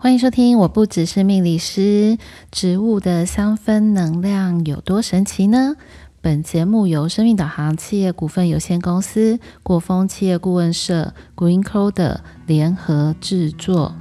欢迎收听，我不只是命理师。植物的香氛能量有多神奇呢？本节目由生命导航企业股份有限公司、国风企业顾问社、GreenCoder 联合制作。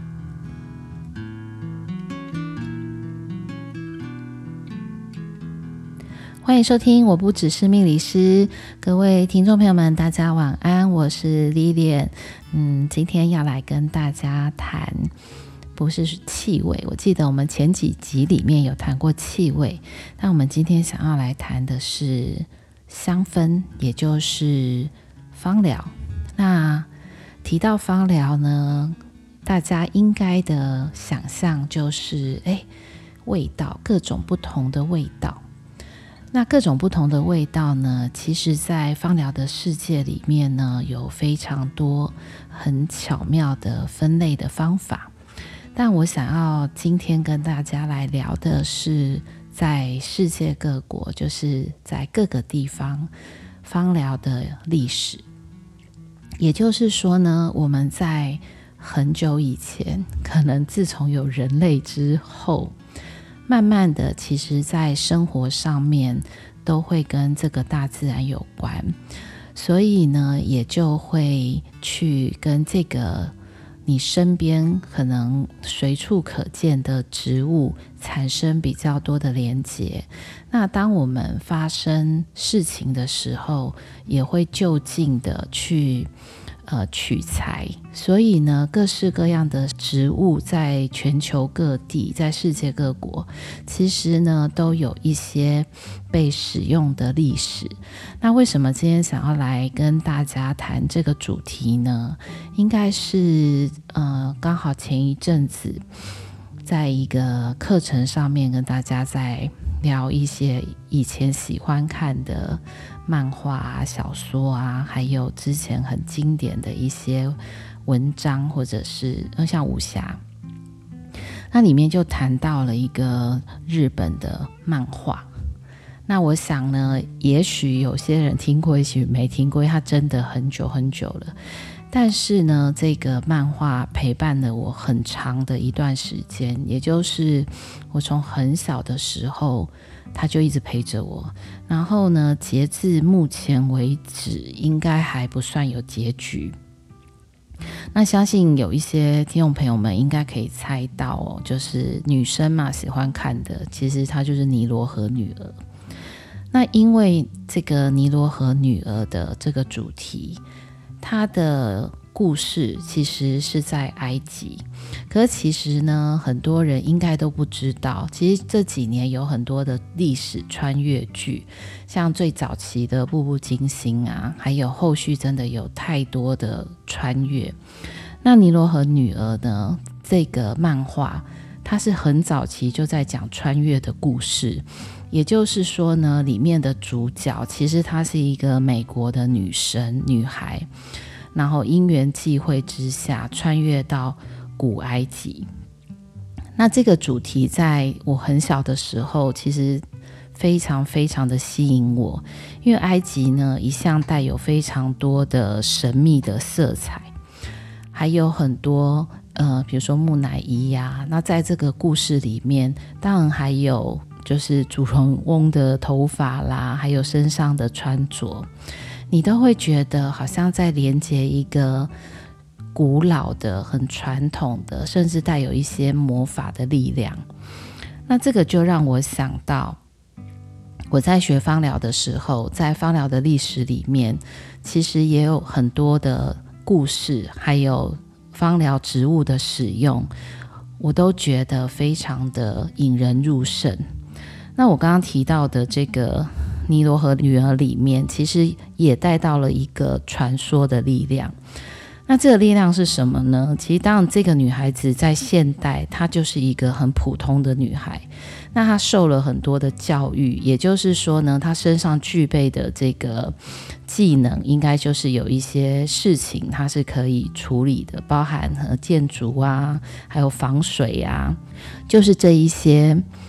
欢迎收听，我不只是命理师。各位听众朋友们，大家晚安，我是 Lilian。今天要来跟大家谈不是气味，我记得我们前几集里面有谈过气味，但我们今天想要来谈的是香氛，也就是芳疗。那提到芳疗呢，大家应该的想象就是味道，各种不同的味道。那各种不同的味道呢，其实在芳疗的世界里面呢，有非常多很巧妙的分类的方法。但我想要今天跟大家来聊的是在世界各国，就是在各个地方芳疗的历史。也就是说呢，我们在很久以前，可能自从有人类之后，慢慢的其实在生活上面都会跟这个大自然有关，所以呢也就会去跟这个你身边可能随处可见的植物产生比较多的连结。那当我们发生事情的时候，也会就近的去取材。所以呢，各式各样的植物在全球各地，在世界各国，其实呢都有一些被使用的历史。那为什么今天想要来跟大家谈这个主题呢？应该是刚好前一阵子在一个课程上面跟大家在聊一些以前喜欢看的漫画啊、小说啊，还有之前很经典的一些文章，或者是像武侠，那里面就谈到了一个日本的漫画。那我想呢，也许有些人听过，也许没听过，因为它真的很久很久了。但是呢，这个漫画陪伴了我很长的一段时间，也就是我从很小的时候，它就一直陪着我。然后呢，截至目前为止，应该还不算有结局。那相信有一些听众朋友们应该可以猜到就是女生嘛喜欢看的，其实它就是尼罗河女儿。那因为这个尼罗河女儿的这个主题，它的故事其实是在埃及，可是其实呢，很多人应该都不知道，其实这几年有很多的历史穿越剧，像最早期的《步步惊心》啊，还有后续真的有太多的穿越。那尼罗河女儿呢，这个漫画它是很早期就在讲穿越的故事。也就是说呢，里面的主角其实她是一个美国的女孩，然后因缘际会之下穿越到古埃及。那这个主题在我很小的时候其实非常非常的吸引我，因为埃及呢一向带有非常多的神秘的色彩，还有很多比如说木乃伊呀。那在这个故事里面，当然还有就是主人翁的头发啦，还有身上的穿着，你都会觉得好像在连接一个古老的、很传统的，甚至带有一些魔法的力量。那这个就让我想到，我在学芳疗的时候，在芳疗的历史里面，其实也有很多的故事，还有芳疗植物的使用，我都觉得非常的引人入胜。那我刚刚提到的这个尼罗河女儿里面，其实也带到了一个传说的力量。那这个力量是什么呢？其实当然这个女孩子在现代她就是一个很普通的女孩，那她受了很多的教育，也就是说呢，她身上具备的这个技能应该就是有一些事情她是可以处理的，包含建筑啊，还有防水啊，就是这一些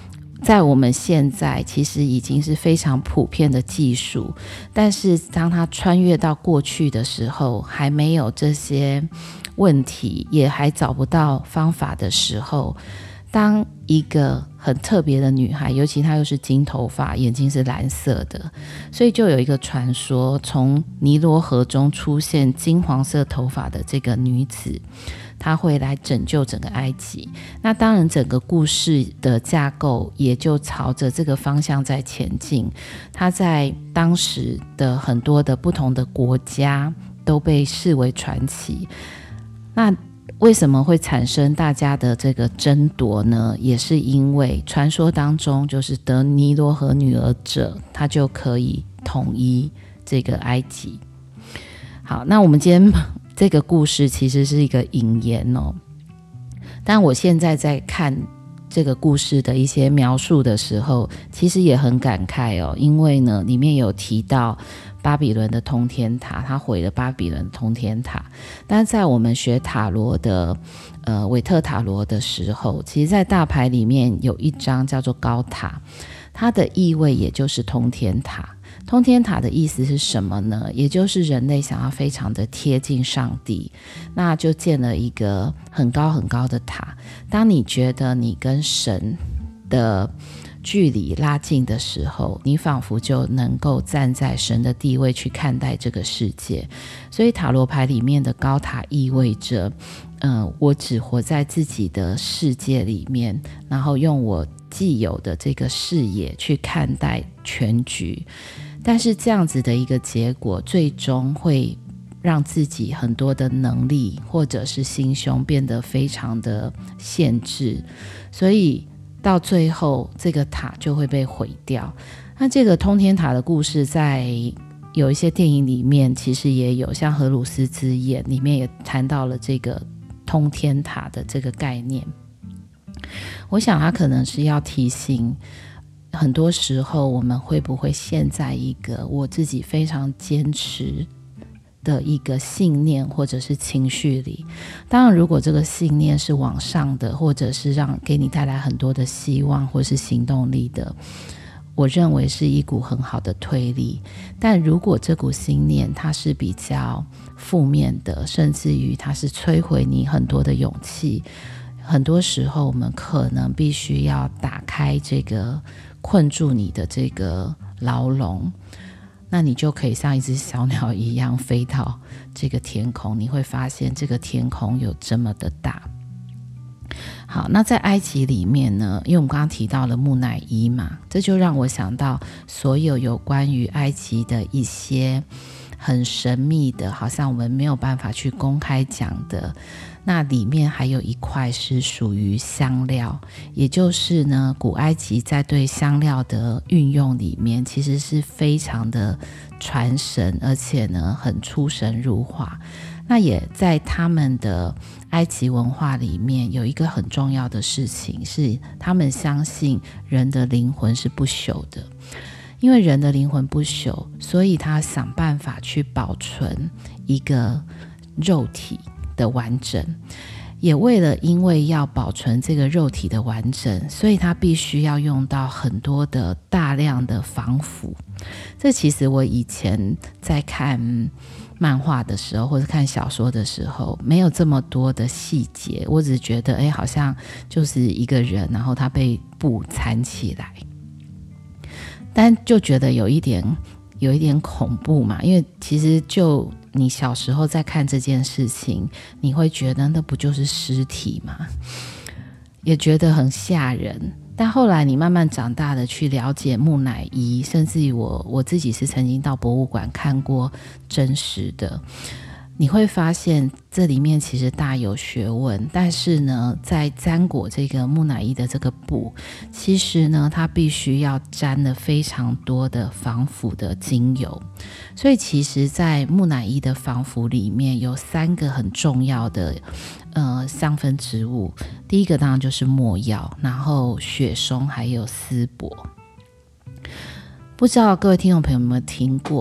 在我们现在其实已经是非常普遍的技术，但是当它穿越到过去的时候，还没有这些问题，也还找不到方法的时候，当一个很特别的女孩，尤其她又是金头发，眼睛是蓝色的，所以就有一个传说，从尼罗河中出现金黄色头发的这个女子，她会来拯救整个埃及。那当然整个故事的架构也就朝着这个方向在前进，她在当时的很多的不同的国家都被视为传奇。那为什么会产生大家的这个争夺呢？也是因为传说当中，就是得尼罗河女儿者，他就可以统一这个埃及。好，那我们今天这个故事其实是一个引言哦，但我现在在看这个故事的一些描述的时候，其实也很感慨哦，因为呢，里面有提到巴比伦的通天塔，他毁了巴比伦通天塔。但在我们学塔罗的韦特塔罗的时候，其实在大牌里面有一张叫做高塔，它的意味也就是通天塔。通天塔的意思是什么呢？也就是人类想要非常的贴近上帝，那就建了一个很高很高的塔。当你觉得你跟神的距离拉近的时候，你仿佛就能够站在神的地位去看待这个世界。所以塔罗牌里面的高塔意味着我只活在自己的世界里面，然后用我既有的这个视野去看待全局。但是这样子的一个结果，最终会让自己很多的能力或者是心胸变得非常的限制，所以到最后这个塔就会被毁掉。那这个通天塔的故事在有一些电影里面其实也有，像荷鲁斯之眼里面也谈到了这个通天塔的这个概念。我想他可能是要提醒很多时候我们会不会陷在一个我自己非常坚持的一个信念或者是情绪里。当然如果这个信念是往上的，或者是给你带来很多的希望或是行动力的，我认为是一股很好的推力。但如果这股信念它是比较负面的，甚至于它是摧毁你很多的勇气，很多时候我们可能必须要打开这个困住你的这个牢笼，那你就可以像一只小鸟一样飞到这个天空，你会发现这个天空有这么的大。好，那在埃及里面呢，因为我们刚刚提到了木乃伊嘛，这就让我想到所有关于埃及的一些很神秘的，好像我们没有办法去公开讲的，那里面还有一块是属于香料，也就是呢，古埃及在对香料的运用里面其实是非常的传神，而且呢很出神入化。那也在他们的埃及文化里面有一个很重要的事情，是他们相信人的灵魂是不朽的。因为人的灵魂不朽，所以他想办法去保存一个肉体的完整，也因为要保存这个肉体的完整，所以他必须要用到很多的大量的防腐。这其实我以前在看漫画的时候或者看小说的时候没有这么多的细节，我只觉得好像就是一个人，然后他被布缠起来，但就觉得有一点恐怖嘛，因为其实就你小时候在看这件事情，你会觉得那不就是尸体吗？也觉得很吓人。但后来你慢慢长大的去了解木乃伊，甚至于我自己是曾经到博物馆看过真实的，你会发现这里面其实大有学问。但是呢，在沾裹这个木乃伊的这个布，其实呢它必须要沾了非常多的防腐的精油。所以其实在木乃伊的防腐里面有3个很重要的香氛植物。第一个当然就是没药，然后雪松还有丝柏。不知道各位听众朋友有没有听过，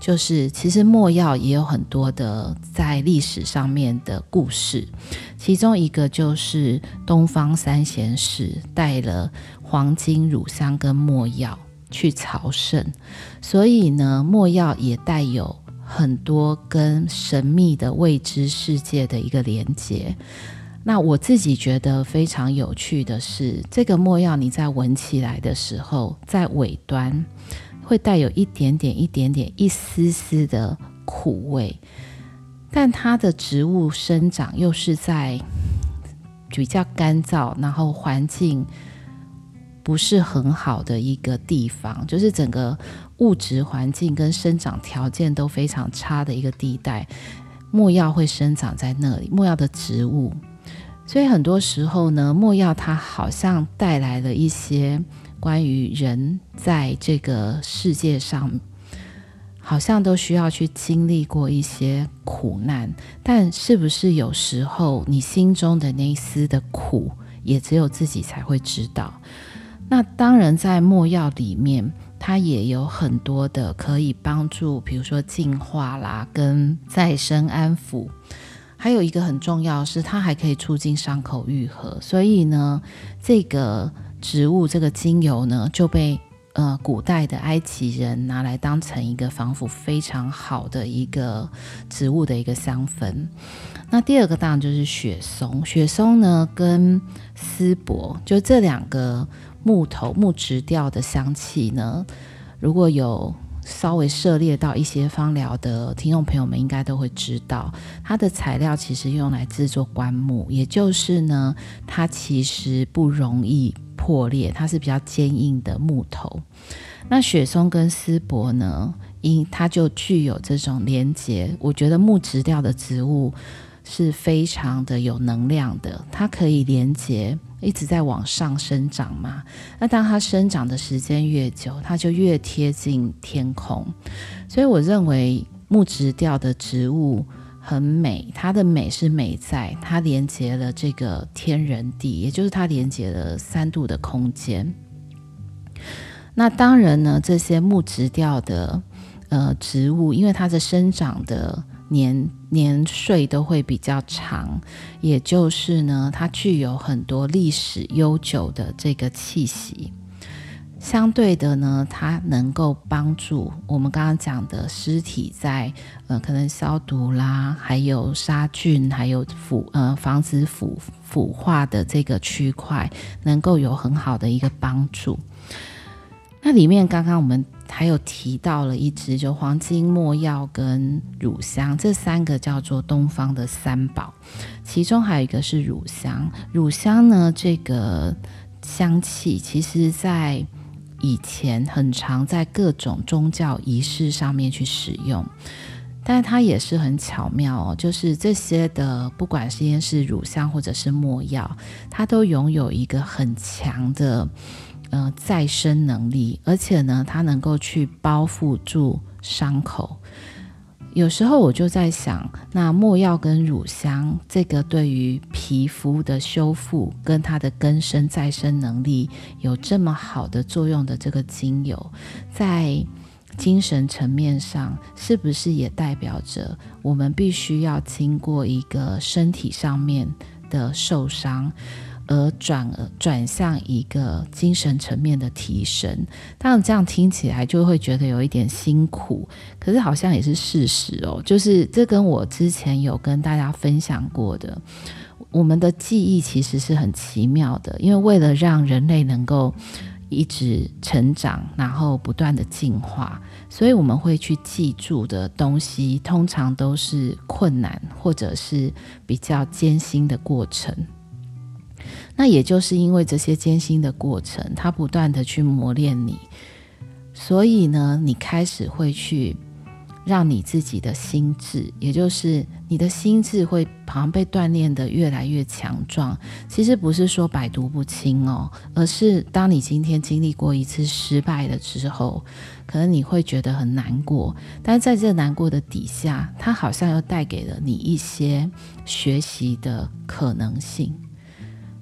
就是其实没药也有很多的在历史上面的故事，其中一个就是东方三贤士带了黄金、乳香跟没药去朝圣，所以呢没药也带有很多跟神秘的未知世界的一个连结。那我自己觉得非常有趣的是，这个没药你在闻起来的时候，在尾端会带有一点点、一丝丝的苦味，但它的植物生长又是在比较干燥，然后环境不是很好的一个地方，就是整个物质环境跟生长条件都非常差的一个地带，没药会生长在那里，没药的植物。所以很多时候呢，没药它好像带来了一些关于人在这个世界上好像都需要去经历过一些苦难，但是不是有时候你心中的那一丝的苦也只有自己才会知道。那当然在没药里面它也有很多的可以帮助，比如说净化啦跟再生安抚，还有一个很重要的是它还可以促进伤口愈合。所以呢这个植物这个精油呢就被古代的埃及人拿来当成一个防腐非常好的一个植物的一个香氛。那第二个当然就是雪松，雪松呢跟丝柏，就这两个木质调的香气呢，如果有稍微涉猎到一些芳疗的听众朋友们应该都会知道，它的材料其实用来制作棺木，也就是呢它其实不容易破裂，它是比较坚硬的木头。那雪松跟丝柏呢，它就具有这种连结，我觉得木质调的植物是非常的有能量的，它可以连结一直在往上生长嘛，那当它生长的时间越久，它就越贴近天空。所以我认为木质调的植物很美，它的美是美在它连接了这个天人地，也就是它连接了3度的空间。那当然呢，这些木质调的植物，因为它的生长的年岁都会比较长，也就是呢它具有很多历史悠久的这个气息，相对的呢它能够帮助我们刚刚讲的尸体在可能消毒啦，还有杀菌，还有防止腐化的这个区块能够有很好的一个帮助。那里面刚刚我们还有提到了一支，就黄金、没药跟乳香，这3个叫做东方的3宝，其中还有一个是乳香。乳香呢这个香气其实在以前很常在各种宗教仪式上面去使用，但是它也是很巧妙哦，就是这些的不管是乳香或者是没药，它都拥有一个很强的再生能力，而且呢它能够去包覆住伤口。有时候我就在想，那没药跟乳香这个对于皮肤的修复跟它的根生再生能力有这么好的作用的这个精油，在精神层面上是不是也代表着我们必须要经过一个身体上面的受伤，而转向一个精神层面的提升？当然这样听起来就会觉得有一点辛苦，可是好像也是事实哦。就是这跟我之前有跟大家分享过的，我们的记忆其实是很奇妙的，因为为了让人类能够一直成长，然后不断的进化，所以我们会去记住的东西通常都是困难或者是比较艰辛的过程。那也就是因为这些艰辛的过程，它不断的去磨练你，所以呢你开始会去让你自己的心智，也就是你的心智会好像被锻炼的越来越强壮。其实不是说百毒不侵哦，而是当你今天经历过一次失败了之后，可能你会觉得很难过，但是在这难过的底下，它好像又带给了你一些学习的可能性。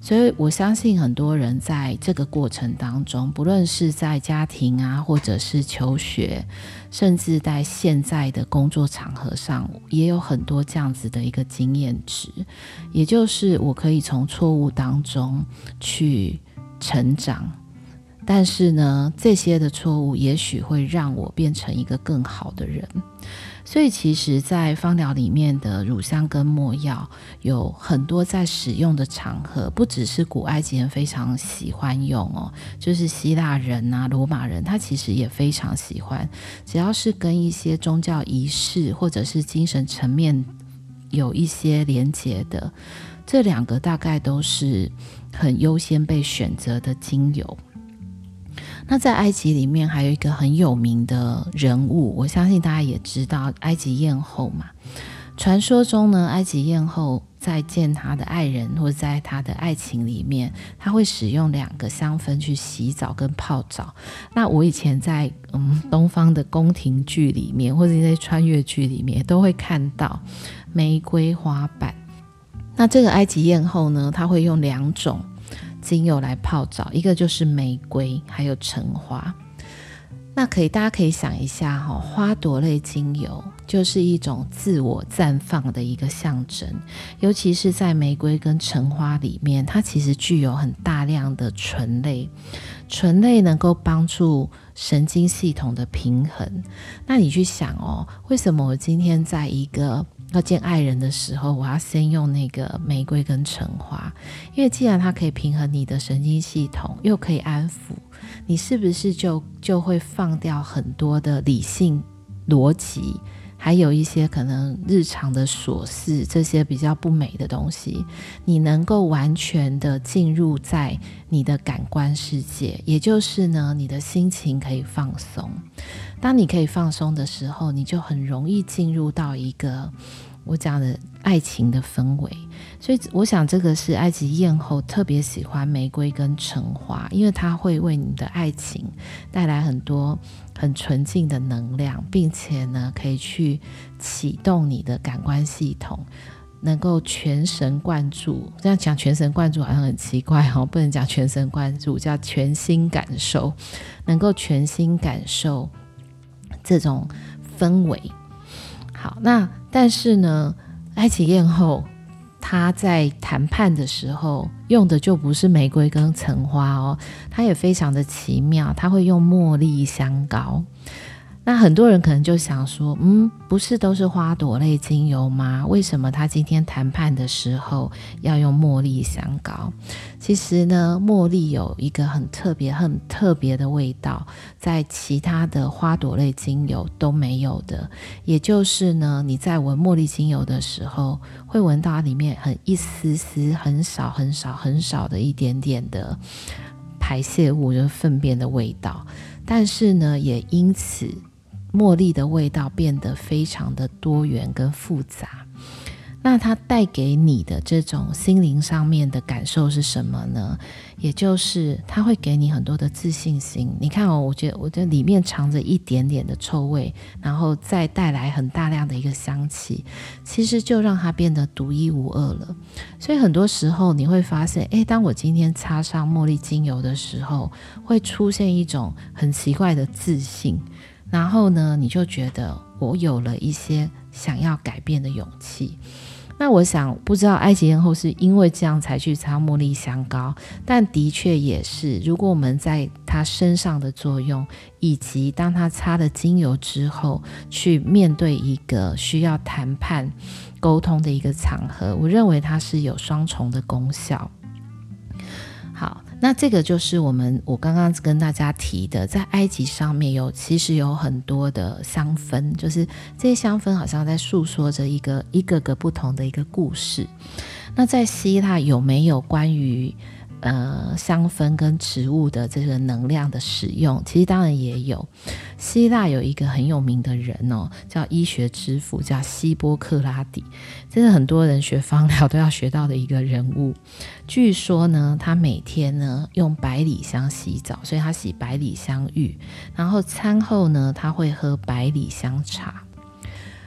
所以我相信很多人在这个过程当中，不论是在家庭啊，或者是求学，甚至在现在的工作场合上，也有很多这样子的一个经验值，也就是我可以从错误当中去成长，但是呢，这些的错误也许会让我变成一个更好的人。所以其实在芳疗里面的乳香跟没药有很多在使用的场合，不只是古埃及人非常喜欢用哦，就是希腊人啊、罗马人他其实也非常喜欢，只要是跟一些宗教仪式或者是精神层面有一些连结的，这两个大概都是很优先被选择的精油。那在埃及里面还有一个很有名的人物，我相信大家也知道，埃及艳后嘛。传说中呢，埃及艳后在见她的爱人或者在她的爱情里面，她会使用2个香氛去洗澡跟泡澡。那我以前在东方的宫廷剧里面，或者在穿越剧里面都会看到玫瑰花瓣。那这个埃及艳后呢，她会用2种精油来泡澡，一个就是玫瑰，还有橙花。那大家可以想一下花朵类精油就是一种自我绽放的一个象征，尤其是在玫瑰跟橙花里面，它其实具有很大量的醇类，醇类能够帮助神经系统的平衡。那你去想为什么我今天在一个要见爱人的时候，我要先用那个玫瑰跟橙花？因为既然它可以平衡你的神经系统，又可以安抚，你是不是就会放掉很多的理性逻辑，还有一些可能日常的琐事，这些比较不美的东西，你能够完全的进入在你的感官世界，也就是呢，你的心情可以放松。当你可以放松的时候，你就很容易进入到一个我讲的爱情的氛围。所以我想这个是埃及艳后特别喜欢玫瑰跟橙花，因为它会为你的爱情带来很多很纯净的能量，并且呢可以去启动你的感官系统，能够全神贯注。这样讲全神贯注好像很奇怪不能讲全神贯注，叫全心感受，能够全心感受这种氛围。好，那但是呢，埃及艳后她在谈判的时候用的就不是玫瑰跟橙花她也非常的奇妙，她会用茉莉香膏。那很多人可能就想说不是都是花朵类精油吗？为什么他今天谈判的时候要用茉莉香膏？其实呢，茉莉有一个很特别的味道，在其他的花朵类精油都没有的，也就是呢，你在闻茉莉精油的时候，会闻到里面一丝丝很少的一点点的排泄物，就是粪便的味道。但是呢，也因此茉莉的味道变得非常的多元跟复杂。那它带给你的这种心灵上面的感受是什么呢？也就是它会给你很多的自信心。你看我觉得里面藏着一点点的臭味，然后再带来很大量的一个香气，其实就让它变得独一无二了。所以很多时候你会发现当我今天擦上茉莉精油的时候，会出现一种很奇怪的自信，然后呢，你就觉得我有了一些想要改变的勇气。那我想不知道埃及艳后是因为这样才去擦茉莉香膏，但的确也是，如果我们在她身上的作用，以及当她擦了精油之后去面对一个需要谈判沟通的一个场合，我认为它是有双重的功效。好，那这个就是我刚刚跟大家提的，在埃及上面其实有很多的香氛，就是这些香氛好像在诉说着一个个不同的一个故事。那在希腊有没有关于香氛跟植物的这个能量的使用？其实当然也有。希腊有一个很有名的人叫医学之父，叫希波克拉底，这是很多人学芳疗都要学到的一个人物。据说呢，他每天呢用百里香洗澡，所以他洗百里香浴，然后餐后呢他会喝百里香茶。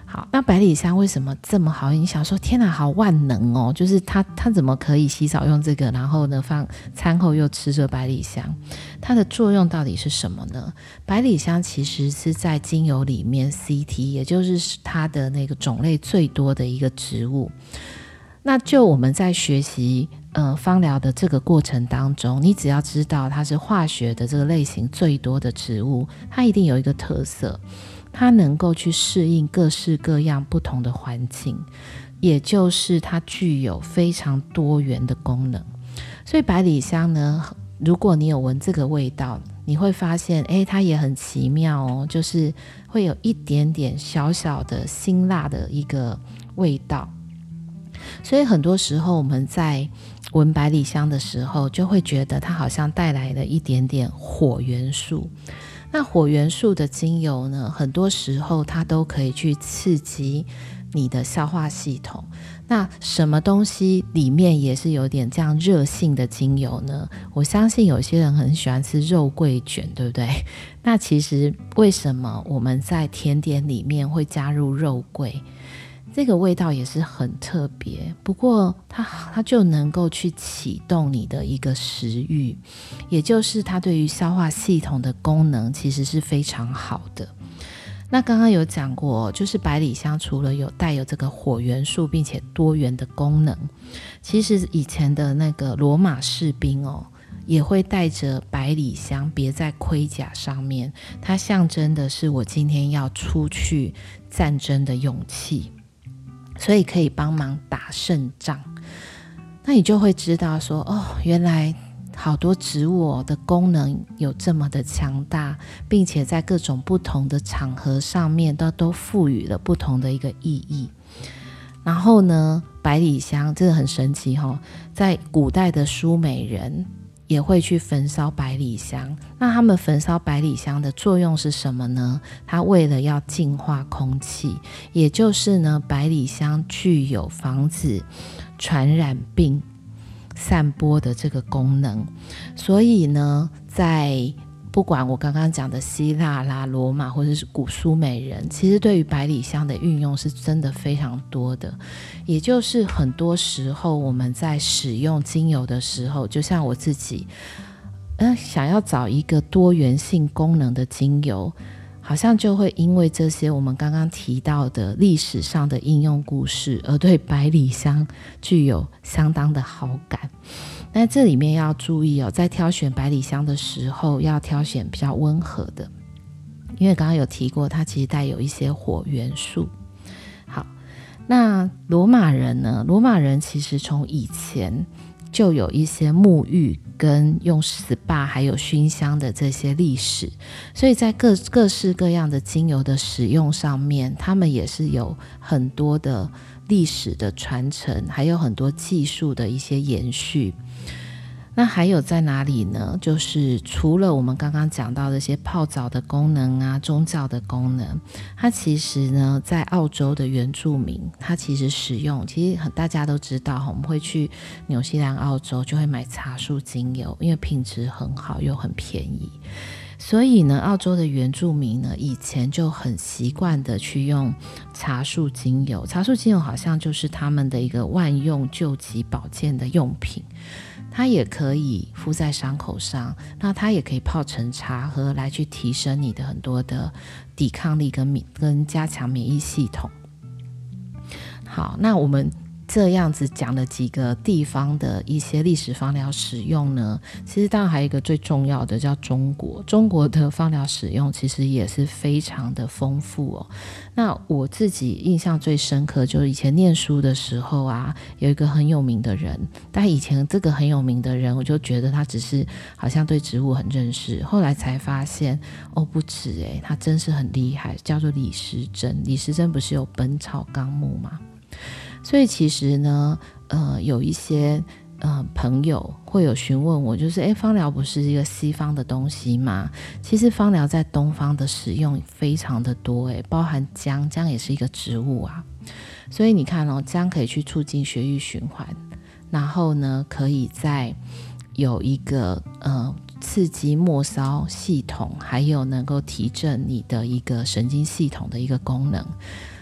好，那百里香为什么这么好？你想说天哪，好万能哦，就是它怎么可以洗澡用这个，然后呢放餐后又吃这百里香，它的作用到底是什么呢？百里香其实是在精油里面 CT， 也就是它的那个种类最多的一个植物。那就我们在学习芳疗的这个过程当中，你只要知道它是化学的这个类型最多的植物，它一定有一个特色，它能够去适应各式各样不同的环境，也就是它具有非常多元的功能。所以百里香呢，如果你有闻这个味道，你会发现它也很奇妙哦，就是会有一点点小小的辛辣的一个味道。所以很多时候我们在闻百里香的时候，就会觉得它好像带来了一点点火元素。那火元素的精油呢，很多时候它都可以去刺激你的消化系统。那什么东西里面也是有点这样热性的精油呢？我相信有些人很喜欢吃肉桂卷，对不对？那其实为什么我们在甜点里面会加入肉桂？这个味道也是很特别，不过它就能够去启动你的一个食欲，也就是它对于消化系统的功能其实是非常好的。那刚刚有讲过，就是百里香除了带有这个火元素并且多元的功能，其实以前的那个罗马士兵也会带着百里香别在盔甲上面，它象征的是我今天要出去战争的勇气，所以可以帮忙打胜仗。那你就会知道说原来好多植物的功能有这么的强大，并且在各种不同的场合上面都赋予了不同的一个意义。然后呢，百里香真的很神奇在古代的苏美人也会去焚烧百里香。那他们焚烧百里香的作用是什么呢？它为了要净化空气，也就是呢，百里香具有防止传染病散播的这个功能。所以呢，在不管我刚刚讲的希腊啦、罗马或者是古苏美人，其实对于百里香的运用是真的非常多的。也就是很多时候我们在使用精油的时候，就像我自己想要找一个多元性功能的精油，好像就会因为这些我们刚刚提到的历史上的应用故事，而对百里香具有相当的好感。那这里面要注意在挑选百里香的时候，要挑选比较温和的，因为刚刚有提过，它其实带有一些火元素。好，那罗马人呢？罗马人其实从以前就有一些沐浴跟用 SPA 还有熏香的这些历史，所以在各式各样的精油的使用上面，他们也是有很多的历史的传承，还有很多技术的一些延续。那还有在哪里呢？就是除了我们刚刚讲到的一些泡澡的功能啊、宗教的功能，它其实呢，在澳洲的原住民，它其实使用，其实大家都知道，我们会去纽西兰、澳洲就会买茶树精油，因为品质很好又很便宜。所以呢，澳洲的原住民呢，以前就很习惯的去用茶树精油。茶树精油好像就是他们的一个万用救急保健的用品，它也可以敷在伤口上，那它也可以泡成茶喝，来去提升你的很多的抵抗力跟加强免疫系统。好，那我们这样子讲了几个地方的一些历史芳疗使用呢，其实当然还有一个最重要的叫中国。中国的芳疗使用其实也是非常的丰富那我自己印象最深刻就是以前念书的时候啊，有一个很有名的人，但以前这个很有名的人我就觉得他只是好像对植物很认识，后来才发现不止他真是很厉害，叫做李时珍。李时珍不是有《本草纲目》吗？所以其实呢有一些朋友会有询问我，就是芳疗不是一个西方的东西吗？其实芳疗在东方的使用非常的多包含姜也是一个植物啊。所以你看姜可以去促进血液循环，然后呢可以在有一个刺激末梢系统，还有能够提振你的一个神经系统的一个功能。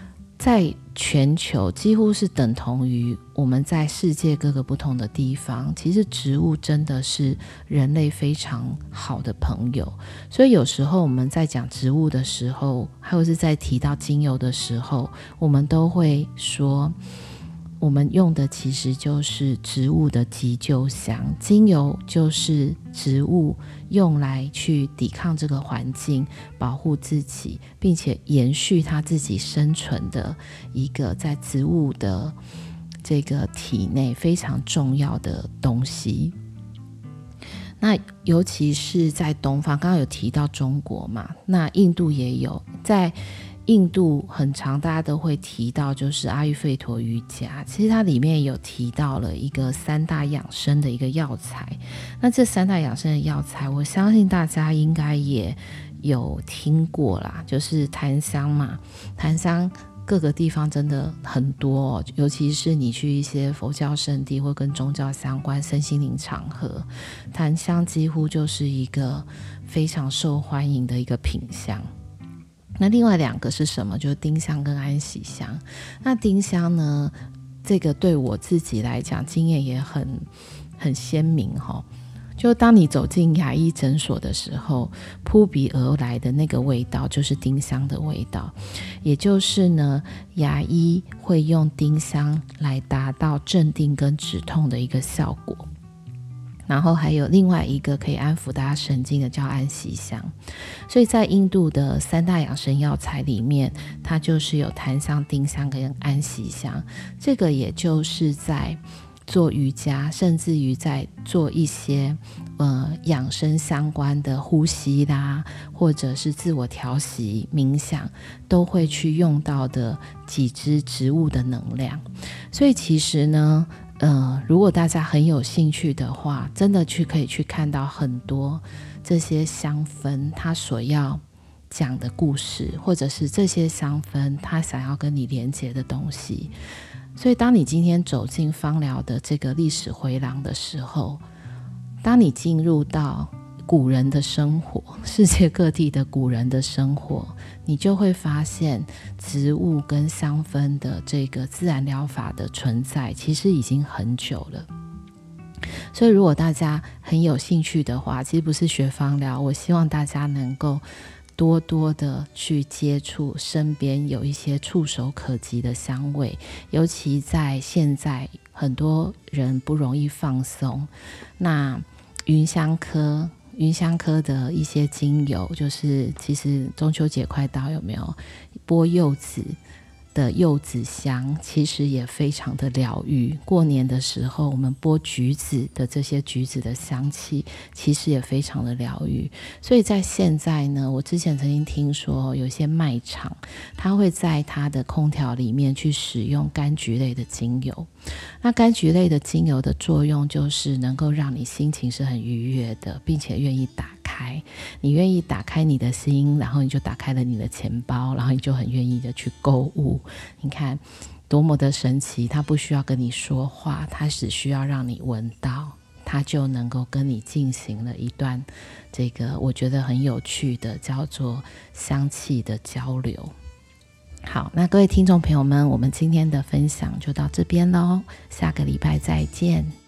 在全球几乎是等同于我们在世界各个不同的地方，其实植物真的是人类非常好的朋友。所以有时候我们在讲植物的时候，还有是在提到精油的时候，我们都会说我们用的其实就是植物的急救箱，精油就是植物用来去抵抗这个环境，保护自己，并且延续它自己生存的一个在植物的这个体内非常重要的东西。那尤其是在东方，刚刚有提到中国嘛，那印度也有，在印度很常大家都会提到就是阿育吠陀瑜伽，其实它里面有提到了一个3大养生的一个药材。那这3大养生的药材我相信大家应该也有听过啦，就是檀香嘛，檀香各个地方真的很多尤其是你去一些佛教圣地或跟宗教相关身心灵场合，檀香几乎就是一个非常受欢迎的一个品香。那另外2个是什么？就是丁香跟安息香。那丁香呢，这个对我自己来讲经验也很鲜明就当你走进牙医诊所的时候，扑鼻而来的那个味道就是丁香的味道，也就是呢，牙医会用丁香来达到镇定跟止痛的一个效果。然后还有另外一个可以安抚大家神经的叫安息香。所以在印度的3大养生药材里面，它就是有檀香、丁香跟安息香。这个也就是在做瑜伽，甚至于在做一些养生相关的呼吸啦，或者是自我调息、冥想，都会去用到的几支植物的能量。所以其实呢如果大家很有兴趣的话，真的可以去看到很多这些香氛它所要讲的故事，或者是这些香氛它想要跟你连接的东西。所以当你今天走进芳疗的这个历史回廊的时候，当你进入到古人的生活，世界各地的古人的生活，你就会发现植物跟香氛的这个自然疗法的存在其实已经很久了。所以如果大家很有兴趣的话，其实不是学芳疗，我希望大家能够多多的去接触身边有一些触手可及的香味，尤其在现在很多人不容易放松，那芸香科的一些精油，就是其实中秋节快到，有没有剥柚子的柚子香，其实也非常的疗愈。过年的时候我们剥橘子的这些橘子的香气，其实也非常的疗愈。所以在现在呢，我之前曾经听说有些卖场它会在它的空调里面去使用柑橘类的精油。那柑橘类的精油的作用就是能够让你心情是很愉悦的，并且愿意打开，你愿意打开你的心，然后你就打开了你的钱包，然后你就很愿意的去购物。你看多么的神奇，它不需要跟你说话，它只需要让你闻到，它就能够跟你进行了一段这个我觉得很有趣的叫做香气的交流。好，那各位听众朋友们，我们今天的分享就到这边咯，下个礼拜再见。